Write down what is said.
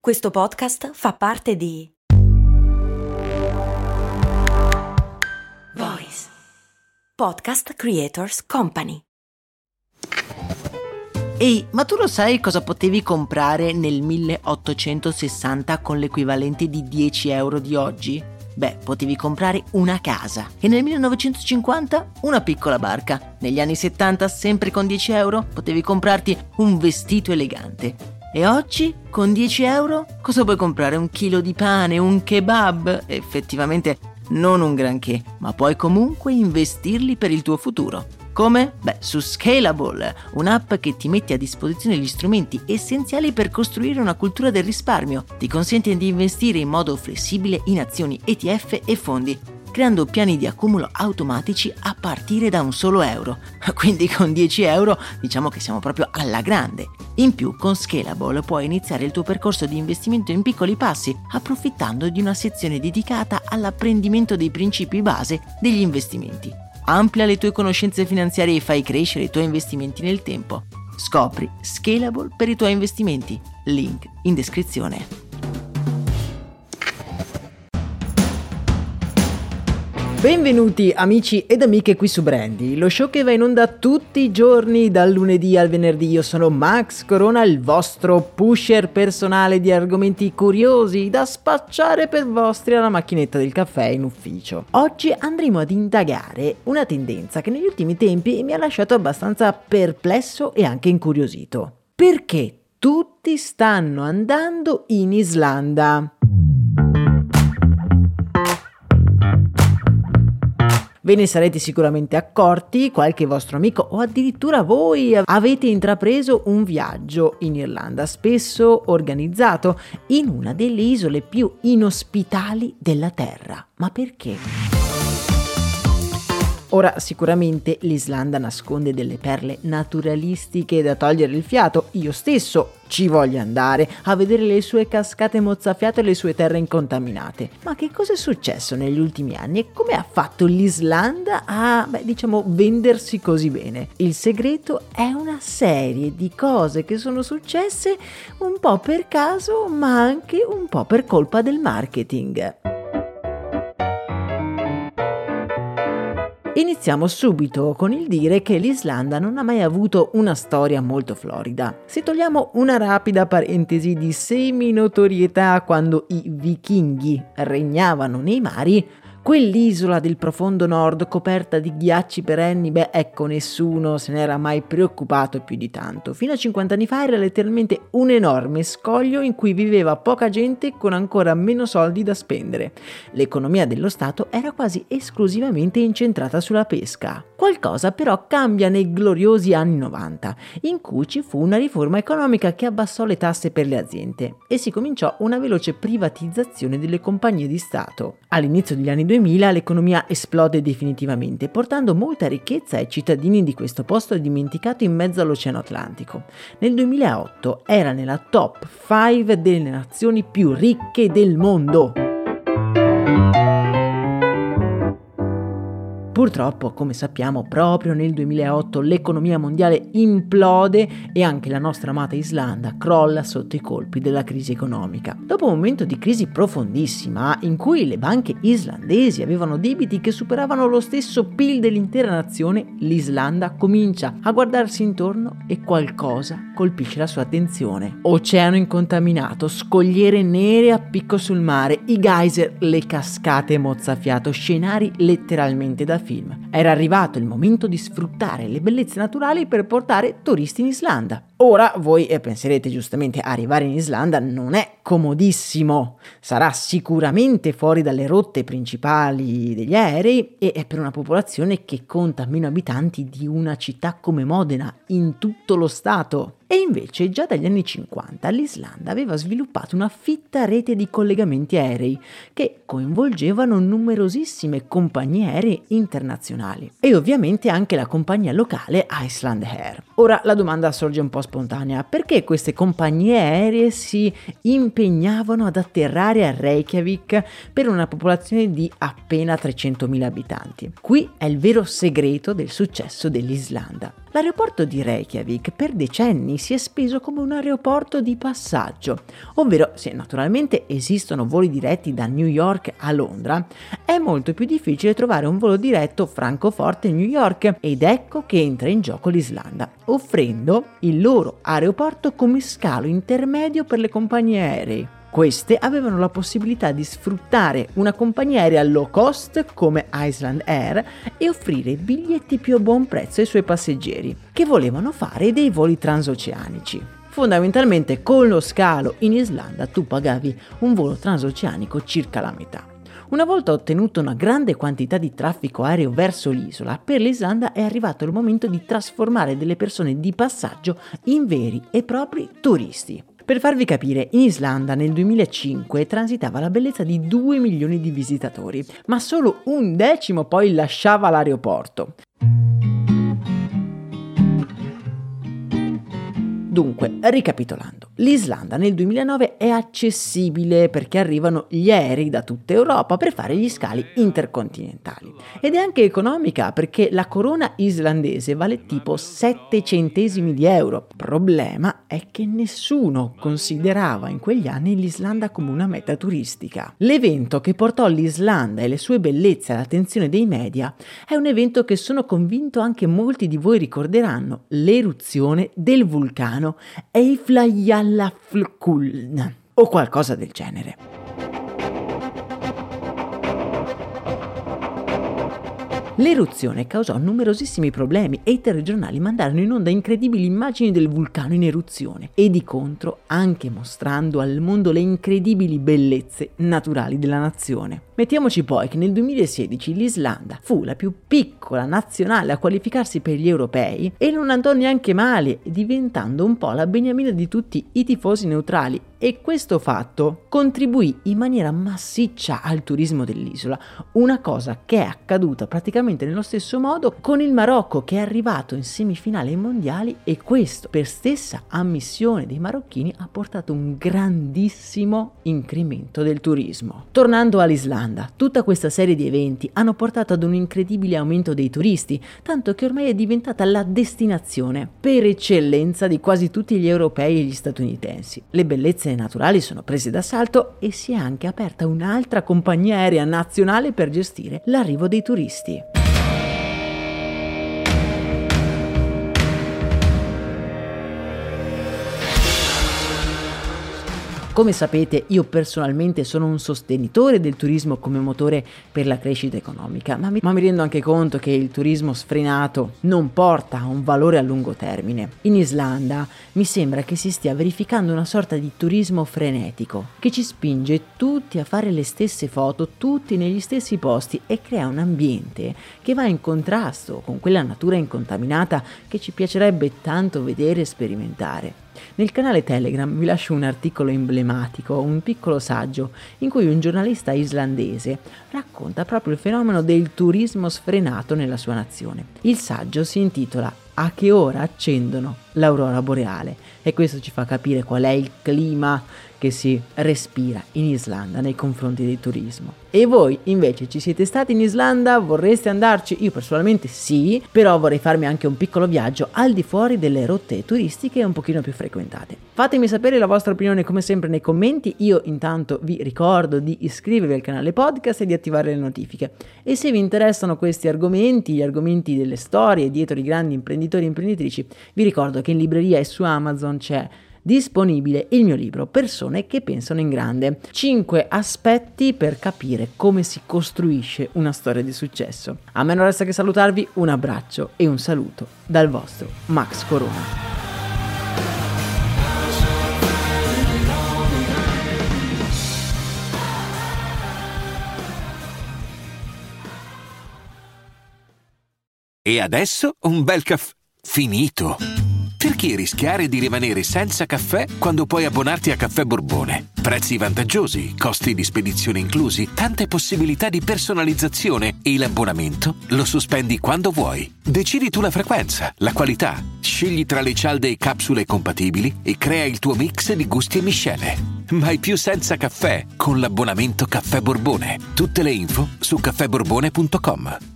Questo podcast fa parte di Voice Podcast Creators Company. Ehi, ma tu lo sai cosa potevi comprare nel 1860 con l'equivalente di 10 euro di oggi? Beh, potevi comprare una casa e nel 1950 una piccola barca. Negli anni 70, sempre con 10 euro, potevi comprarti un vestito elegante. E oggi, con 10 euro, cosa puoi comprare? Un chilo di pane, un kebab? Effettivamente non un granché, ma puoi comunque investirli per il tuo futuro. Come? Beh, su Scalable, un'app che ti mette a disposizione gli strumenti essenziali per costruire una cultura del risparmio. Ti consente di investire in modo flessibile in azioni, ETF e fondi, creando piani di accumulo automatici a partire da un solo euro. Quindi con 10 euro diciamo che siamo proprio alla grande. In più, con Scalable puoi iniziare il tuo percorso di investimento in piccoli passi, approfittando di una sezione dedicata all'apprendimento dei principi base degli investimenti. Amplia le tue conoscenze finanziarie e fai crescere i tuoi investimenti nel tempo. Scopri Scalable per i tuoi investimenti. Link in descrizione. Benvenuti amici ed amiche qui su Brandy, lo show che va in onda tutti i giorni dal lunedì al venerdì. Io sono Max Corona, il vostro pusher personale di argomenti curiosi da spacciare per vostri alla macchinetta del caffè in ufficio. Oggi andremo ad indagare una tendenza che negli ultimi tempi mi ha lasciato abbastanza perplesso e anche incuriosito. Perché tutti stanno andando in Islanda? Ve ne sarete sicuramente accorti, qualche vostro amico o addirittura voi avete intrapreso un viaggio in Irlanda, spesso organizzato in una delle isole più inospitali della Terra. Ma perché? Ora, sicuramente l'Islanda nasconde delle perle naturalistiche da togliere il fiato. Io stesso ci voglio andare a vedere le sue cascate mozzafiato e le sue terre incontaminate. Ma che cosa è successo negli ultimi anni e come ha fatto l'Islanda a, vendersi così bene? Il segreto è una serie di cose che sono successe un po' per caso, ma anche un po' per colpa del marketing. Iniziamo subito con il dire che l'Islanda non ha mai avuto una storia molto florida. Se togliamo una rapida parentesi di semi-notorietà quando i vichinghi regnavano nei mari, quell'isola del profondo nord coperta di ghiacci perenni, nessuno se n'era mai preoccupato più di tanto. Fino a 50 anni fa era letteralmente un enorme scoglio in cui viveva poca gente con ancora meno soldi da spendere. L'economia dello Stato era quasi esclusivamente incentrata sulla pesca. Qualcosa però cambia nei gloriosi anni 90, in cui ci fu una riforma economica che abbassò le tasse per le aziende e si cominciò una veloce privatizzazione delle compagnie di Stato. All'inizio degli anni 2000 l'economia esplode definitivamente, portando molta ricchezza ai cittadini di questo posto dimenticato in mezzo all'Oceano Atlantico. Nel 2008 era nella top 5 delle nazioni più ricche del mondo. Purtroppo, come sappiamo, proprio nel 2008 l'economia mondiale implode e anche la nostra amata Islanda crolla sotto i colpi della crisi economica. Dopo un momento di crisi profondissima, in cui le banche islandesi avevano debiti che superavano lo stesso PIL dell'intera nazione, l'Islanda comincia a guardarsi intorno e qualcosa colpisce la sua attenzione. Oceano incontaminato, scogliere nere a picco sul mare, i geyser, le cascate mozzafiato, scenari letteralmente da film. Era arrivato il momento di sfruttare le bellezze naturali per portare turisti in Islanda. Ora voi penserete giustamente, arrivare in Islanda non è comodissimo, sarà sicuramente fuori dalle rotte principali degli aerei e è per una popolazione che conta meno abitanti di una città come Modena in tutto lo stato. E invece già dagli anni 50 l'Islanda aveva sviluppato una fitta rete di collegamenti aerei che coinvolgevano numerosissime compagnie aeree internazionali e ovviamente anche la compagnia locale Iceland Air. Ora la domanda sorge un po' spontanea: perché queste compagnie aeree si impegnavano ad atterrare a Reykjavik per una popolazione di appena 300.000 abitanti? Qui è il vero segreto del successo dell'Islanda. L'aeroporto di Reykjavik per decenni si è speso come un aeroporto di passaggio, ovvero se naturalmente esistono voli diretti da New York a Londra, è molto più difficile trovare un volo diretto Francoforte-New York, ed ecco che entra in gioco l'Islanda, offrendo il loro aeroporto come scalo intermedio per le compagnie aeree. Queste avevano la possibilità di sfruttare una compagnia aerea low cost come Iceland Air e offrire biglietti più a buon prezzo ai suoi passeggeri, che volevano fare dei voli transoceanici. Fondamentalmente con lo scalo in Islanda tu pagavi un volo transoceanico circa la metà. Una volta ottenuto una grande quantità di traffico aereo verso l'isola, per l'Islanda è arrivato il momento di trasformare delle persone di passaggio in veri e propri turisti. Per farvi capire, in Islanda nel 2005 transitava la bellezza di 2 milioni di visitatori, ma solo 1/10 poi lasciava l'aeroporto. Dunque, ricapitolando, l'Islanda nel 2009 è accessibile perché arrivano gli aerei da tutta Europa per fare gli scali intercontinentali, ed è anche economica perché la corona islandese vale tipo 7 centesimi di euro. Problema è che nessuno considerava in quegli anni l'Islanda come una meta turistica. L'evento che portò l'Islanda e le sue bellezze all'attenzione dei media è un evento che sono convinto anche molti di voi ricorderanno: l'eruzione del vulcano Eyjafjallajökull o qualcosa del genere. L'eruzione causò numerosissimi problemi e i telegiornali mandarono in onda incredibili immagini del vulcano in eruzione e di contro anche mostrando al mondo le incredibili bellezze naturali della nazione. Mettiamoci poi che nel 2016 l'Islanda fu la più piccola nazionale a qualificarsi per gli europei e non andò neanche male, diventando un po' la beniamina di tutti i tifosi neutrali, e questo fatto contribuì in maniera massiccia al turismo dell'isola, una cosa che è accaduta praticamente nello stesso modo con il Marocco, che è arrivato in semifinale ai mondiali, e questo per stessa ammissione dei marocchini ha portato un grandissimo incremento del turismo. Tornando all'Islanda, tutta questa serie di eventi hanno portato ad un incredibile aumento dei turisti, tanto che ormai è diventata la destinazione per eccellenza di quasi tutti gli europei e gli statunitensi. Le bellezze naturali sono prese d'assalto e si è anche aperta un'altra compagnia aerea nazionale per gestire l'arrivo dei turisti. Come sapete, io personalmente sono un sostenitore del turismo come motore per la crescita economica, ma mi rendo anche conto che il turismo sfrenato non porta a un valore a lungo termine. In Islanda mi sembra che si stia verificando una sorta di turismo frenetico, che ci spinge tutti a fare le stesse foto, tutti negli stessi posti, e crea un ambiente che va in contrasto con quella natura incontaminata che ci piacerebbe tanto vedere e sperimentare. Nel canale Telegram vi lascio un articolo emblematico, un piccolo saggio, in cui un giornalista islandese racconta proprio il fenomeno del turismo sfrenato nella sua nazione. Il saggio si intitola "A che ora accendono l'aurora boreale", e questo ci fa capire qual è il clima che si respira in Islanda nei confronti del turismo. E voi invece ci siete stati in Islanda? Vorreste andarci? Io personalmente sì, però vorrei farmi anche un piccolo viaggio al di fuori delle rotte turistiche un pochino più frequentate. Fatemi sapere la vostra opinione come sempre nei commenti. Io intanto vi ricordo di iscrivervi al canale podcast e di attivare le notifiche. E se vi interessano questi argomenti, gli argomenti delle storie dietro i grandi imprenditori e imprenditrici, vi ricordo che in libreria e su Amazon c'è disponibile il mio libro Persone che pensano in grande, 5 aspetti per capire come si costruisce una storia di successo. A me non resta che salutarvi, un abbraccio e un saluto dal vostro Max Corona. E adesso un bel caffè finito. Perché rischiare di rimanere senza caffè quando puoi abbonarti a Caffè Borbone? Prezzi vantaggiosi, costi di spedizione inclusi, tante possibilità di personalizzazione e l'abbonamento lo sospendi quando vuoi. Decidi tu la frequenza, la qualità, scegli tra le cialde e capsule compatibili e crea il tuo mix di gusti e miscele. Mai più senza caffè con l'abbonamento Caffè Borbone. Tutte le info su caffèborbone.com.